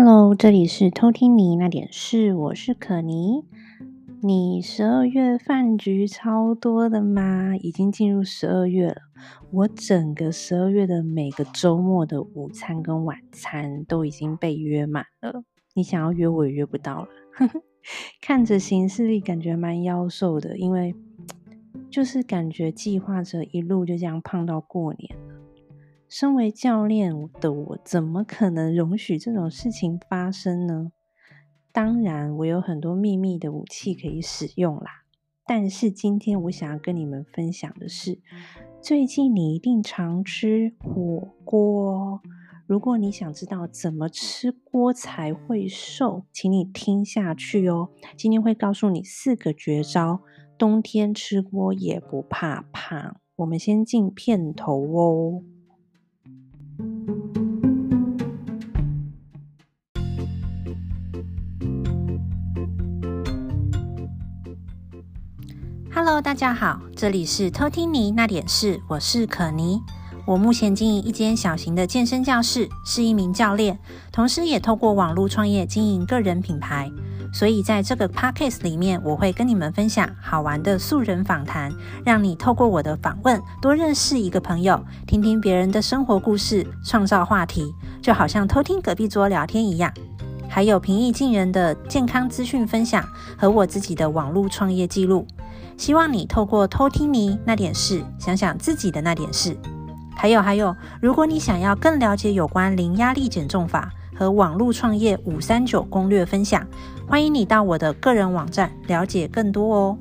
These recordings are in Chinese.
Hello，这里是偷听你那点事，我是可妮。你12月饭局超多的吗？已经进入12月了，我整个12月的每个周末的午餐跟晚餐都已经被约满了。你想要约我也约不到了，看着行事历感觉蛮夭寿的，因为就是感觉计划着一路就这样胖到过年了。身为教练的我，怎么可能容许这种事情发生呢？当然，我有很多秘密的武器可以使用啦。但是今天我想要跟你们分享的是，最近你一定常吃火锅。如果你想知道怎么吃锅才会瘦，请你听下去哦。今天会告诉你4个绝招，冬天吃锅也不怕胖。我们先进片头哦。Hello， 大家好，这里是偷听你那点事，我是可妮。我目前经营一间小型的健身教室，是一名教练，同时也透过网络创业经营个人品牌。所以在这个 podcast 里面，我会跟你们分享好玩的素人访谈，让你透过我的访问多认识一个朋友，听听别人的生活故事，创造话题，就好像偷听隔壁桌聊天一样。还有平易近人的健康资讯分享和我自己的网络创业记录，希望你透过偷听你那点事，想想自己的那点事。还有，如果你想要更了解有关零压力减重法和网络创业539攻略分享，欢迎你到我的个人网站了解更多哦。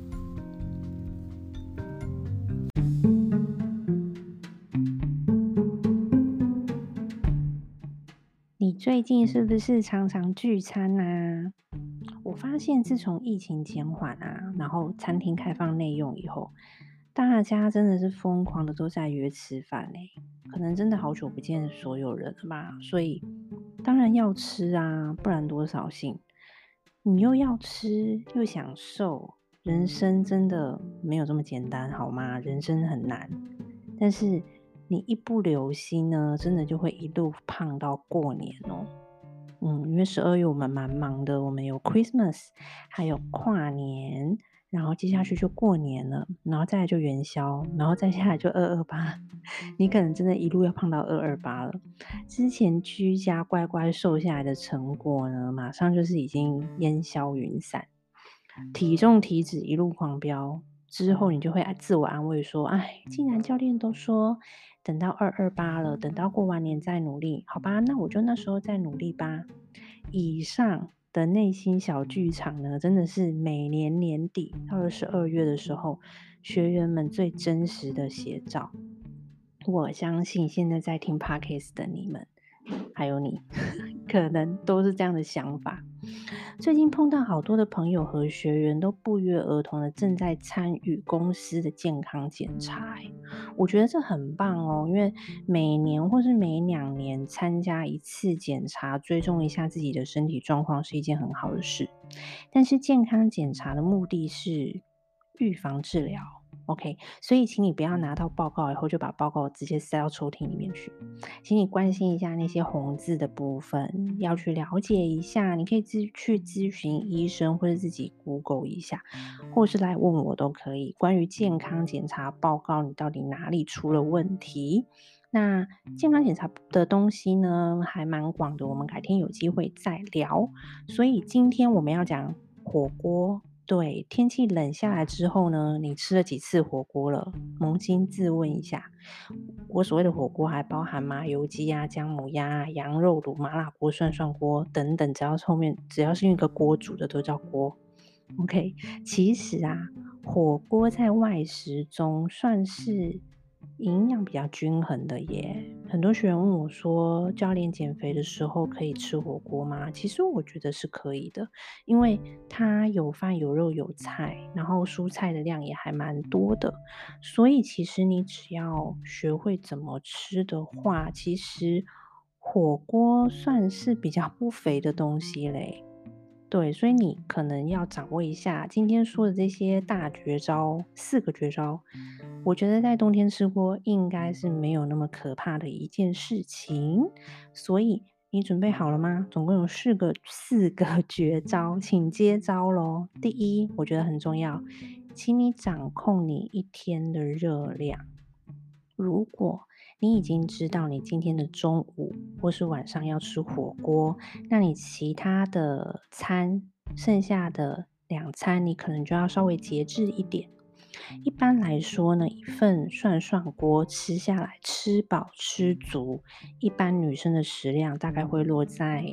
你最近是不是常常聚餐啊？我发现自从疫情减缓啊，然后餐厅开放内用以后，大家真的是疯狂的都在约吃饭欸，可能真的好久不见所有人了吧，所以当然要吃啊，不然多扫兴。你又要吃又想瘦，人生真的没有这么简单好吗？人生很难，但是你一不留心呢，真的就会一路胖到过年哦。因为12月我们蛮忙的，我们有 Christmas， 还有跨年，然后接下去就过年了，然后再来就元宵，然后再下来就228，你可能真的一路要胖到228了。之前居家乖乖瘦下来的成果呢，马上就是已经烟消云散，体重体脂一路狂飙。之后你就会自我安慰说，既然教练都说等到228了，等到过完年再努力，好吧，那我就那时候再努力吧。以上的内心小剧场呢，真的是每年年底到了12月的时候，学员们最真实的写照。我相信现在在听 Podcast 的你们，还有你，可能都是这样的想法。最近碰到好多的朋友和学员都不约而同的正在参与公司的健康检查，我觉得这很棒哦，因为每年或是每2年参加一次检查，追踪一下自己的身体状况是一件很好的事。但是健康检查的目的是预防治疗。OK， 所以请你不要拿到报告以后就把报告直接塞到抽屉里面去，请你关心一下那些红字的部分，要去了解一下，你可以去咨询医生或者自己 Google 一下，或是来问我都可以。关于健康检查报告，你到底哪里出了问题？那健康检查的东西呢，还蛮广的，我们改天有机会再聊。所以今天我们要讲火锅。对，天气冷下来之后呢，你吃了几次火锅了？扪心自问一下。我所谓的火锅还包含麻油鸡啊、姜母鸭、羊肉卤、麻辣锅、涮涮锅等等，只要是用一个锅煮的都叫锅。OK， 其实啊，火锅在外食中算是营养比较均衡的耶。很多学员问我说，教练减肥的时候可以吃火锅吗？其实我觉得是可以的，因为它有饭有肉有菜，然后蔬菜的量也还蛮多的，所以其实你只要学会怎么吃的话，其实火锅算是比较不肥的东西嘞。对，所以你可能要掌握一下今天说的这些大绝招，4个绝招，我觉得在冬天吃锅应该是没有那么可怕的一件事情。所以你准备好了吗？总共有4个绝招，请接招咯。第一，我觉得很重要，请你掌控你一天的热量。如果你已经知道你今天的中午或是晚上要吃火锅，那你其他的剩下的2餐，你可能就要稍微节制一点。一般来说呢，一份涮涮锅吃下来，吃饱吃足，一般女生的食量大概会落在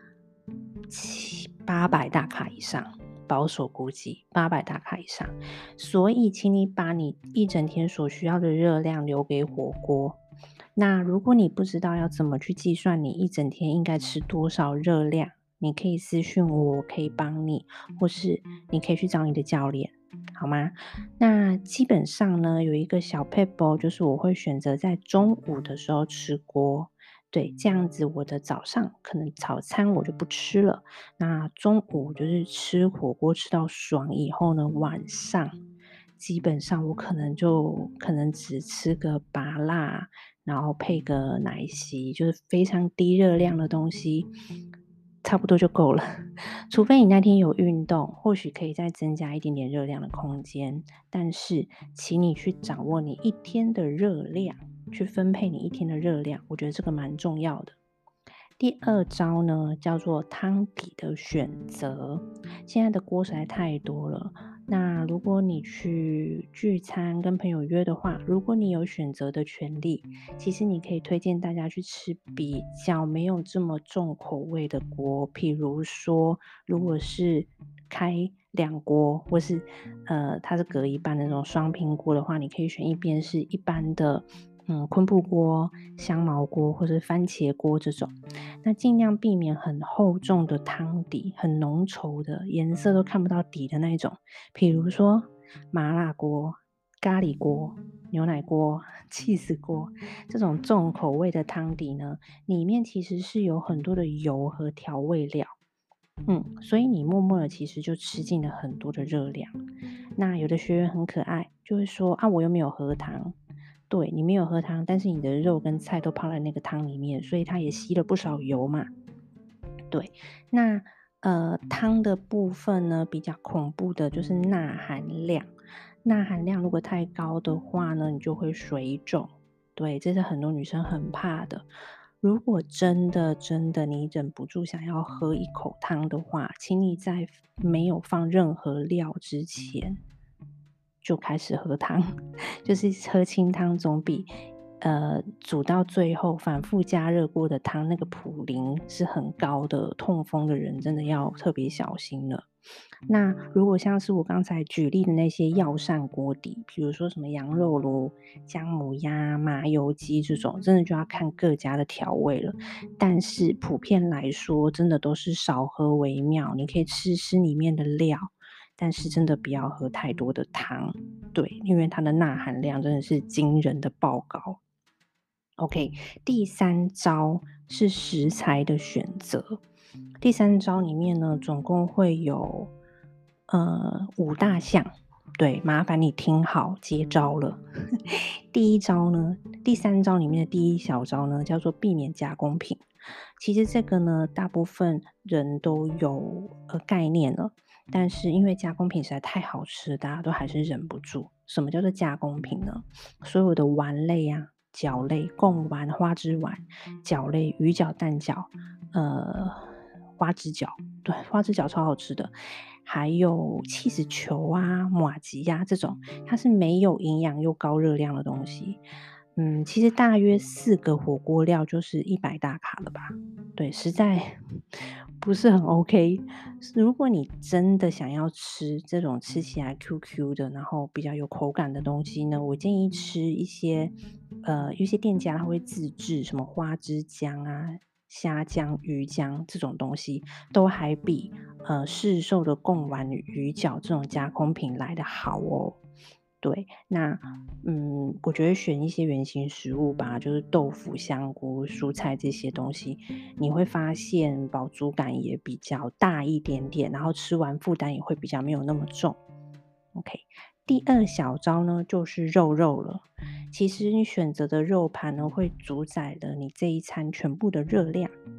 800大卡以上，保守估计800大卡以上。所以请你把你一整天所需要的热量留给火锅。那如果你不知道要怎么去计算你一整天应该吃多少热量，你可以私讯我，我可以帮你，或是你可以去找你的教练，好吗？那基本上呢，有一个小撇步，就是我会选择在中午的时候吃锅。对，这样子我的早上可能早餐我就不吃了，那中午就是吃火锅吃到爽以后呢，晚上基本上我可能只吃个拔辣，然后配个奶昔，就是非常低热量的东西，差不多就够了。除非你那天有运动，或许可以再增加一点点热量的空间，但是请你去掌握你一天的热量，去分配你一天的热量，我觉得这个蛮重要的。第二招呢，叫做汤底的选择。现在的锅实在太多了，那如果你去聚餐跟朋友约的话，如果你有选择的权利，其实你可以推荐大家去吃比较没有这么重口味的锅，譬如说，如果是开2锅，或是它是隔一半的那种双拼锅的话，你可以选一边是一般的昆布锅、香茅锅或是番茄锅这种。那尽量避免很厚重的汤底，很浓稠的，颜色都看不到底的那一种。比如说麻辣锅、咖喱锅、牛奶锅、起司锅这种重口味的汤底呢，里面其实是有很多的油和调味料。所以你默默的其实就吃进了很多的热量。那有的学员很可爱，就会说啊，我又没有喝汤。对，你没有喝汤，但是你的肉跟菜都泡在那个汤里面，所以它也吸了不少油嘛。对，那汤的部分呢，比较恐怖的就是钠含量。钠含量如果太高的话呢，你就会水肿。对，这是很多女生很怕的。如果真的你忍不住想要喝一口汤的话，请你在没有放任何料之前就开始喝汤，就是喝清汤总比煮到最后反复加热过的汤，那个普林是很高的，痛风的人真的要特别小心了。那如果像是我刚才举例的那些药膳锅底，比如说什么羊肉炉、姜母鸭、麻油鸡这种，真的就要看各家的调味了。但是普遍来说，真的都是少喝为妙。你可以吃吃里面的料，但是真的不要喝太多的汤。对，因为它的钠含量真的是惊人的爆高。OK，第3招是食材的选择。第3招里面呢，总共会有5大项。对，麻烦你听好，接招了。第3招里面的第1小招呢，叫做避免加工品。其实这个呢，大部分人都有概念了，但是因为加工品实在太好吃，大家都还是忍不住。什么叫做加工品呢？所有的丸类啊、饺类、贡丸、花枝丸、饺类、鱼饺、蛋饺、花枝饺，对，花枝饺超好吃的。还有起司球啊、麻糬呀这种，它是没有营养又高热量的东西。其实大约4个火锅料就是100大卡了吧？对，实在不是很 OK。如果你真的想要吃这种吃起来 QQ 的，然后比较有口感的东西呢，我建议吃一些店家它会自制什么花枝姜啊、虾姜、鱼姜这种东西，都还比市售的贡丸、鱼饺这种加工品来的好哦。对，那我觉得选一些原型食物吧，就是豆腐、香菇、蔬菜这些东西，你会发现饱足感也比较大一点点，然后吃完负担也会比较没有那么重。OK，第2小招呢，就是肉了。其实你选择的肉盘呢，会主宰了你这一餐全部的热量。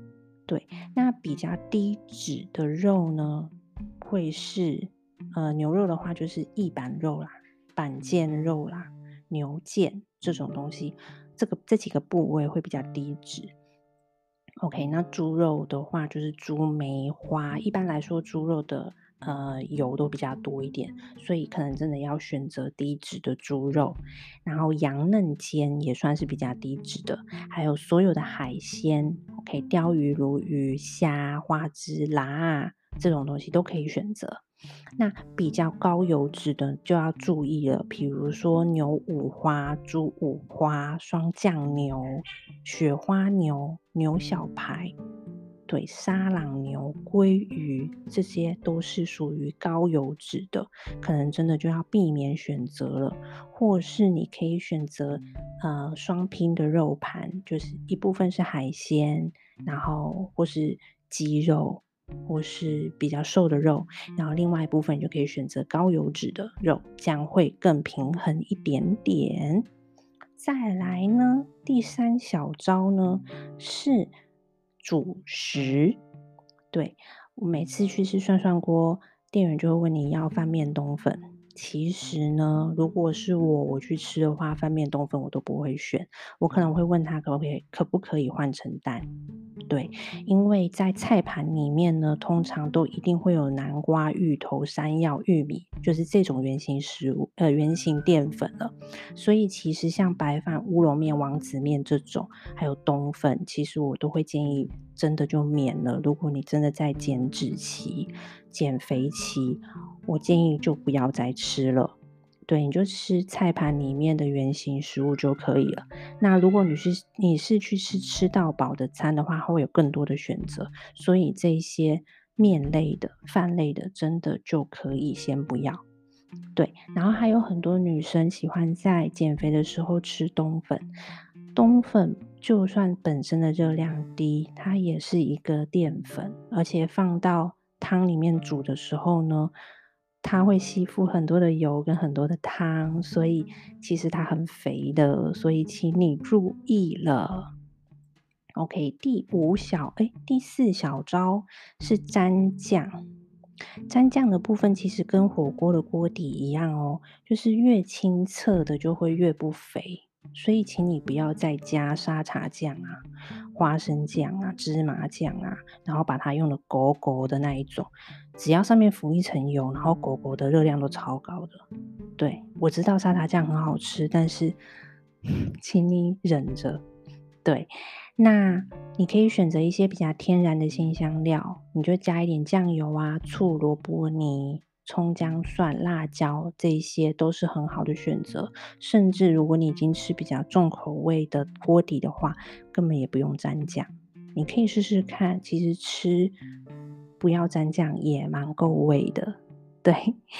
对，那比较低脂的肉呢，会是牛肉的话就是翼板肉啦、板腱肉啦、牛腱这种东西，这几个部位会比较低脂。OK，那猪肉的话就是猪梅花，一般来说猪肉的油都比较多一点，所以可能真的要选择低脂的猪肉。然后羊嫩煎也算是比较低脂的，还有所有的海鲜，OK，鲷鱼、鲈鱼、虾、花枝、蛤这种东西都可以选择。那比较高油脂的就要注意了，比如说牛五花、猪五花、双酱牛、雪花牛、牛小排，对，沙朗牛、鲑鱼，这些都是属于高油脂的，可能真的就要避免选择了。或是你可以选择双拼的肉盘，就是一部分是海鲜，然后或是鸡肉，或是比较瘦的肉，然后另外一部分就可以选择高油脂的肉，这样会更平衡一点点。再来呢，第三小招呢是主食。对，我每次去吃涮涮锅，店员就会问你要翻面冬粉。其实呢，如果是我去吃的话，翻面冬粉我都不会选，我可能会问他可不可以换成蛋。对，因为在菜盘里面呢，通常都一定会有南瓜、芋头、山药、玉米，就是这种原型食物，原型淀粉了。所以其实像白饭、乌龙面、王子面这种，还有冬粉，其实我都会建议真的就免了。如果你真的在减脂期、减肥期，我建议就不要再吃了。对，你就吃菜盘里面的原型食物就可以了。那如果你是去吃到饱的餐的话，会有更多的选择，所以这些面类的、饭类的，真的就可以先不要。对，然后还有很多女生喜欢在减肥的时候吃冬粉。冬粉就算本身的热量低，它也是一个淀粉，而且放到汤里面煮的时候呢，它会吸附很多的油跟很多的汤，所以其实它很肥的，所以请你注意了。OK，第四小招是沾酱。沾酱的部分其实跟火锅的锅底一样哦，就是越清澈的就会越不肥，所以请你不要再加沙茶酱啊、花生酱啊、芝麻酱啊，然后把它用的狗狗的那一种，只要上面浮一层油，然后狗狗的热量都超高的。对，我知道沙茶酱很好吃，但是请你忍着。对，那你可以选择一些比较天然的辛香料，你就加一点酱油啊、醋、萝卜泥、葱、姜、蒜、辣椒，这一些都是很好的选择。甚至如果你已经吃比较重口味的锅底的话，根本也不用沾酱，你可以试试看，其实吃不要沾酱也蛮够味的。对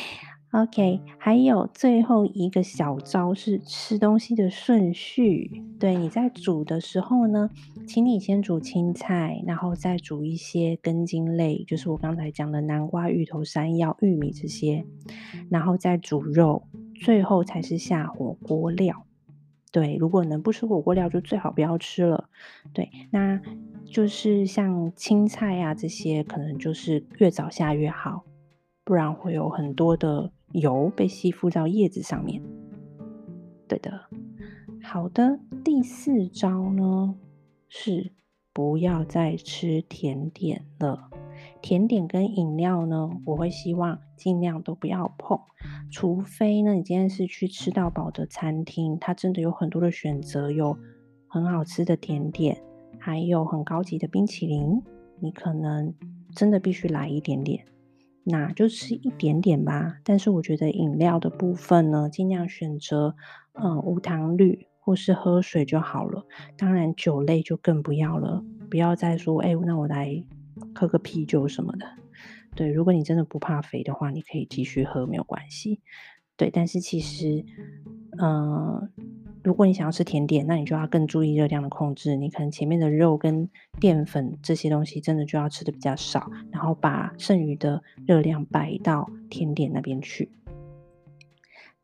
，OK，还有最后一个小招是吃东西的顺序。对，你在煮的时候呢，请你先煮青菜，然后再煮一些根茎类，就是我刚才讲的南瓜、芋头、山药、玉米这些，然后再煮肉，最后才是下火锅料。对，如果能不吃火锅料，就最好不要吃了。对，那就是像青菜啊这些，可能就是越早下越好，不然会有很多的油被吸附到叶子上面。对的，好的，第四招呢是不要再吃甜点了。甜点跟饮料呢，我会希望尽量都不要碰，除非呢你今天是去吃到饱的餐厅，它真的有很多的选择，有很好吃的甜点，还有很高级的冰淇淋，你可能真的必须来一点点。那就吃一点点吧，但是我觉得饮料的部分呢，尽量选择无糖绿或是喝水就好了。当然酒类就更不要了，不要再说那我来喝个啤酒什么的。对，如果你真的不怕肥的话，你可以继续喝没有关系。对，但是其实，如果你想要吃甜点，那你就要更注意热量的控制。你可能前面的肉跟淀粉这些东西真的就要吃的比较少，然后把剩余的热量摆到甜点那边去。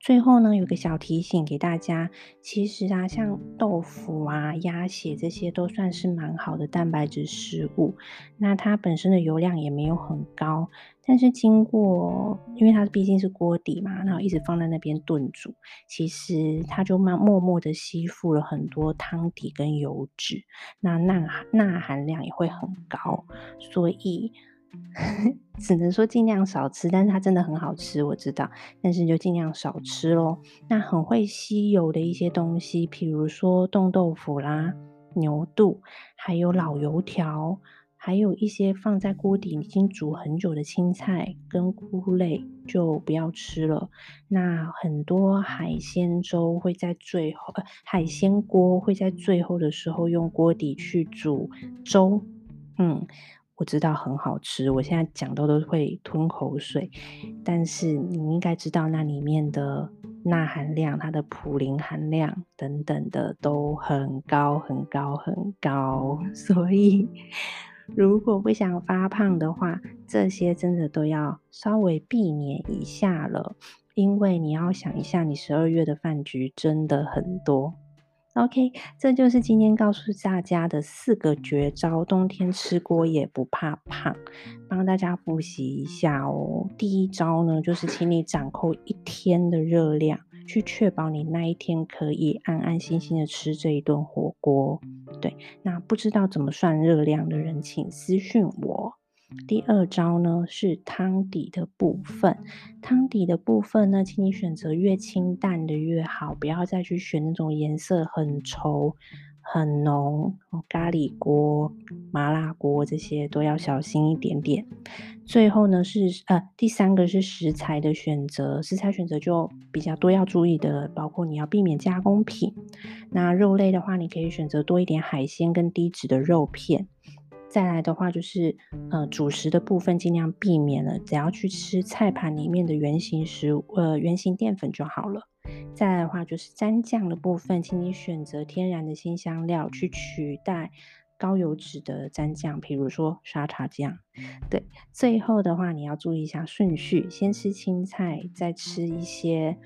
最后呢，有个小提醒给大家，其实啊，像豆腐啊、鸭血这些都算是蛮好的蛋白质食物，那它本身的油量也没有很高，但是经过，因为它毕竟是锅底嘛，然后一直放在那边炖煮，其实它就默默的吸附了很多汤底跟油脂，那钠含量也会很高，所以只能说尽量少吃，但是它真的很好吃，我知道，但是就尽量少吃咯。那很会吸油的一些东西，譬如说冻豆腐啦、牛肚，还有老油条，还有一些放在锅底已经煮很久的青菜跟菇类就不要吃了。那很多海鲜粥会在最后，海鲜锅会在最后的时候用锅底去煮粥，我知道很好吃，我现在讲到都会吞口水，但是你应该知道那里面的钠含量、它的普林含量等等的都很高很高很高，所以如果不想发胖的话，这些真的都要稍微避免一下了，因为你要想一下，你12月的饭局真的很多。OK，这就是今天告诉大家的4个绝招，冬天吃锅也不怕胖，帮大家复习一下哦。第一招呢，就是请你掌控1天的热量，去确保你那一天可以安安心心的吃这一顿火锅。对，那不知道怎么算热量的人，请私讯我。第二招呢是汤底的部分，汤底的部分呢，请你选择越清淡的越好，不要再去选那种颜色很稠、很浓，咖喱锅、麻辣锅这些都要小心一点点。最后呢第三个是食材的选择，食材选择就比较多要注意的了，包括你要避免加工品。那肉类的话，你可以选择多一点海鲜跟低脂的肉片。再来的话就是主食的部分尽量避免了，只要去吃菜盘里面的原型淀粉就好了。再来的话就是蘸酱的部分，请你选择天然的辛香料去取代高油脂的蘸酱，比如说沙茶酱。对，最后的话你要注意一下顺序，先吃青菜，再吃一些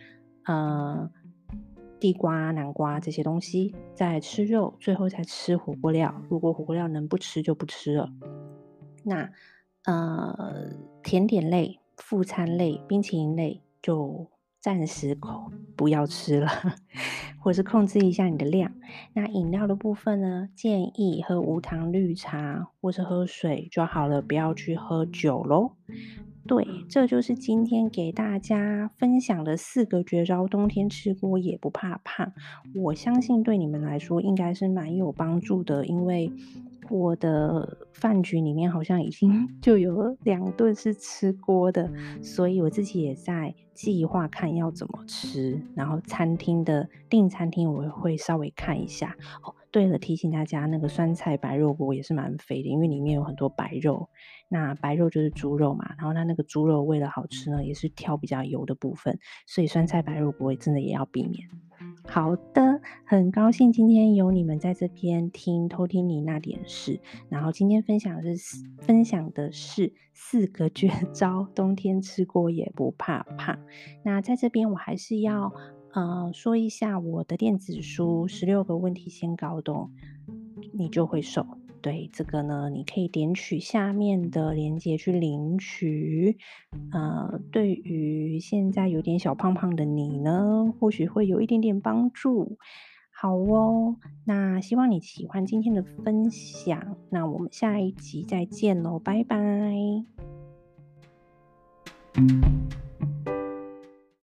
地瓜、南瓜这些东西，再吃肉，最后才吃火锅料。如果火锅料能不吃就不吃了。那甜点类、副餐类、冰淇淋类就暂时不要吃了，或是控制一下你的量。那饮料的部分呢，建议喝无糖绿茶或是喝水就好了，不要去喝酒咯。对，这就是今天给大家分享的4个绝招，冬天吃锅也不怕胖。我相信对你们来说应该是蛮有帮助的，因为我的饭局里面好像已经就有2顿是吃锅的，所以我自己也在计划看要怎么吃，然后订餐厅我会稍微看一下。对了，提醒大家，那个酸菜白肉锅也是蛮肥的，因为里面有很多白肉。那白肉就是猪肉嘛，然后它那个猪肉为了好吃呢，也是挑比较油的部分，所以酸菜白肉锅真的也要避免。好的，很高兴今天有你们在这边偷听你那点事，然后今天分享的是4个绝招，冬天吃锅也不怕胖。那在这边我还是要说一下我的电子书16个问题先搞懂，你就会瘦。对，这个呢，你可以点取下面的链接去领取。对于现在有点小胖胖的你呢，或许会有一点点帮助。好哦，那希望你喜欢今天的分享，那我们下一集再见咯，拜拜。